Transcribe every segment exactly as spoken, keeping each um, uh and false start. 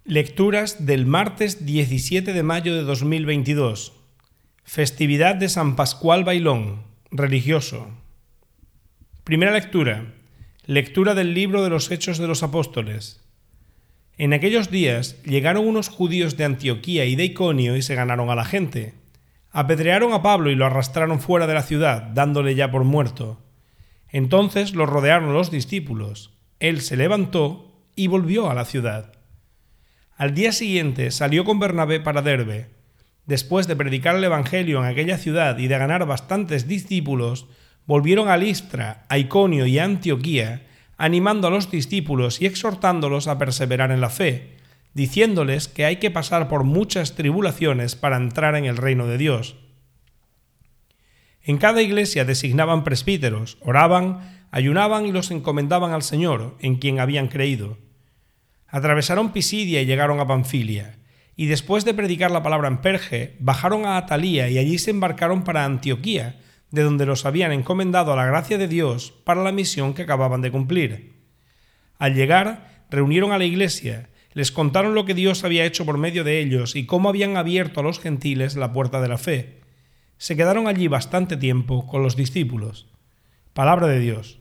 Lecturas del martes diecisiete de mayo de dos mil veintidós. Festividad de San Pascual Bailón, religioso. Primera lectura. Lectura del libro de los Hechos de los Apóstoles. En aquellos días llegaron unos judíos de Antioquía y de Iconio y se ganaron a la gente. Apedrearon a Pablo y lo arrastraron fuera de la ciudad, dándole ya por muerto. Entonces lo rodearon los discípulos. Él se levantó y volvió a la ciudad. Al día siguiente salió con Bernabé para Derbe. Después de predicar el evangelio en aquella ciudad y de ganar bastantes discípulos, volvieron a Listra, a Iconio y a Antioquía, animando a los discípulos y exhortándolos a perseverar en la fe, diciéndoles que hay que pasar por muchas tribulaciones para entrar en el reino de Dios. En cada iglesia designaban presbíteros, oraban, ayunaban y los encomendaban al Señor, en quien habían creído. Atravesaron Pisidia y llegaron a Panfilia, y después de predicar la palabra en Perge, bajaron a Atalía y allí se embarcaron para Antioquía, de donde los habían encomendado a la gracia de Dios para la misión que acababan de cumplir. Al llegar, reunieron a la iglesia, les contaron lo que Dios había hecho por medio de ellos y cómo habían abierto a los gentiles la puerta de la fe. Se quedaron allí bastante tiempo con los discípulos. Palabra de Dios.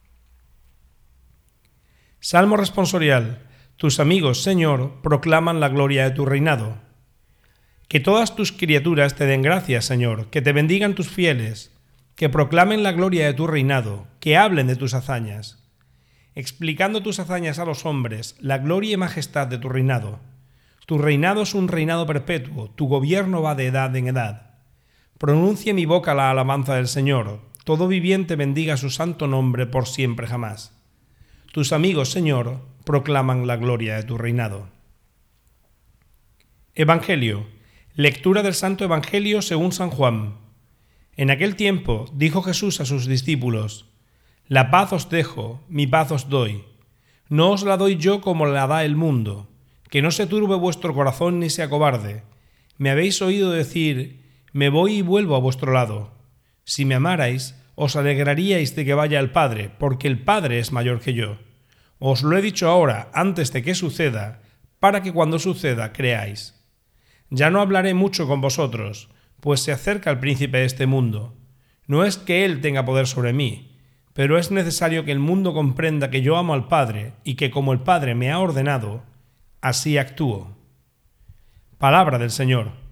Salmo responsorial. Tus amigos, Señor, proclaman la gloria de tu reinado. Que todas tus criaturas te den gracias, Señor, que te bendigan tus fieles, que proclamen la gloria de tu reinado, que hablen de tus hazañas, explicando tus hazañas a los hombres, la gloria y majestad de tu reinado. Tu reinado es un reinado perpetuo, tu gobierno va de edad en edad. Pronuncie mi boca la alabanza del Señor, todo viviente bendiga su santo nombre por siempre jamás. Tus amigos, Señor, proclaman la gloria de tu reinado. Evangelio. Lectura del Santo Evangelio según San Juan. En aquel tiempo dijo Jesús a sus discípulos: La paz os dejo, mi paz os doy. No os la doy yo como la da el mundo. Que no se turbe vuestro corazón ni se acobarde. Me habéis oído decir: Me voy y vuelvo a vuestro lado. Si me amarais, os alegraríais de que vaya al Padre, porque el Padre es mayor que yo. Os lo he dicho ahora, antes de que suceda, para que cuando suceda creáis. Ya no hablaré mucho con vosotros, pues se acerca el príncipe de este mundo. No es que él tenga poder sobre mí, pero es necesario que el mundo comprenda que yo amo al Padre y que como el Padre me ha ordenado, así actúo. Palabra del Señor.